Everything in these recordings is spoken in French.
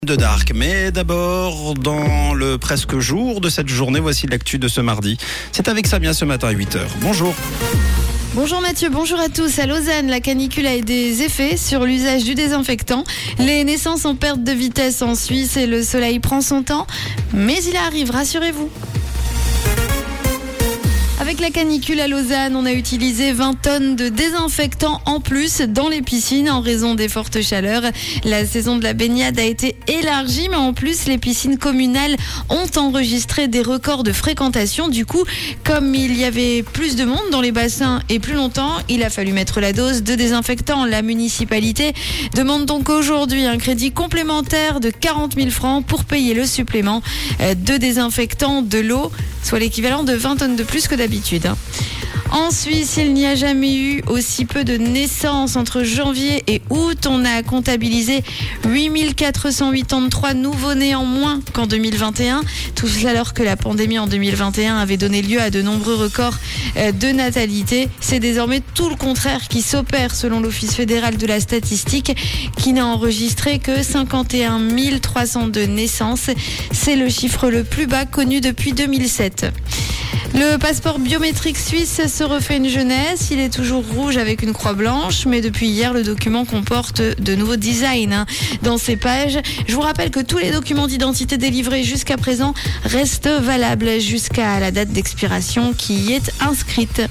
De Dark. Mais d'abord, dans le presque jour de cette journée, voici l'actu de ce mardi. C'est avec Samia ce matin à 8h. Bonjour. Bonjour Mathieu, bonjour à tous. À Lausanne, la canicule a eu des effets sur l'usage du désinfectant. Les naissances en perte de vitesse en Suisse et le soleil prend son temps. Mais il arrive, rassurez-vous. Avec la canicule à Lausanne, on a utilisé 20 tonnes de désinfectant en plus dans les piscines en raison des fortes chaleurs. La saison de la baignade a été élargie, mais en plus, les piscines communales ont enregistré des records de fréquentation. Du coup, comme il y avait plus de monde dans les bassins et plus longtemps, il a fallu mettre la dose de désinfectant. La municipalité demande donc aujourd'hui un crédit complémentaire de 40 000 francs pour payer le supplément de désinfectant de l'eau, soit l'équivalent de 20 tonnes de plus que d'habitude. En Suisse, il n'y a jamais eu aussi peu de naissances entre janvier et août. On a comptabilisé 8 483 nouveau-nés en moins qu'en 2021. Tout cela alors que la pandémie en 2021 avait donné lieu à de nombreux records de natalité. C'est désormais tout le contraire qui s'opère selon l'Office fédéral de la statistique qui n'a enregistré que 51 302 naissances. C'est le chiffre le plus bas connu depuis 2007. Le passeport biométrique suisse se refait une jeunesse. Il est toujours rouge avec une croix blanche, mais depuis hier, le document comporte de nouveaux designs dans ses pages. Je vous rappelle que tous les documents d'identité délivrés jusqu'à présent restent valables jusqu'à la date d'expiration qui y est inscrite.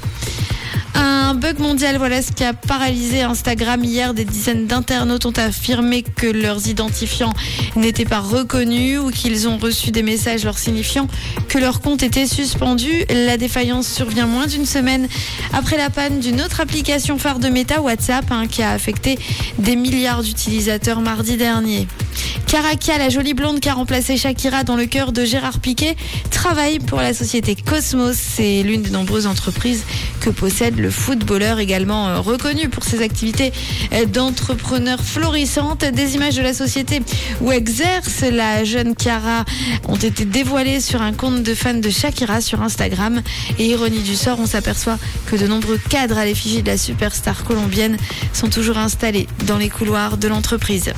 Un bug mondial, voilà ce qui a paralysé Instagram hier. Des dizaines d'internautes ont affirmé que leurs identifiants n'étaient pas reconnus ou qu'ils ont reçu des messages leur signifiant que leur compte était suspendu. La défaillance survient moins d'une semaine après la panne d'une autre application phare de Meta, WhatsApp, qui a affecté des milliards d'utilisateurs mardi dernier. Carakia, la jolie blonde qui a remplacé Shakira dans le cœur de Gérard Piqué, travaille pour la société Cosmos. C'est l'une des nombreuses entreprises que possède le footballeur, également reconnu pour ses activités d'entrepreneur florissantes. Des images de la société où exerce la jeune Chiara ont été dévoilées sur un compte de fans de Shakira sur Instagram. Et ironie du sort, on s'aperçoit que de nombreux cadres à l'effigie de la superstar colombienne sont toujours installés dans les couloirs de l'entreprise.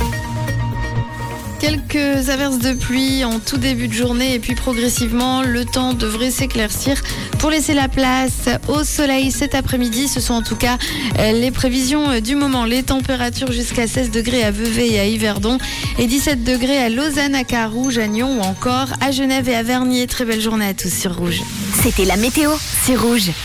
Quelques averses de pluie en tout début de journée et puis progressivement, le temps devrait s'éclaircir pour laisser la place au soleil cet après-midi. Ce sont en tout cas les prévisions du moment. Les températures jusqu'à 16 degrés à Vevey et à Yverdon et 17 degrés à Lausanne, à Carouge, à Nyon ou encore à Genève et à Vernier. Très belle journée à tous sur Rouge. C'était la météo, c'est Rouge.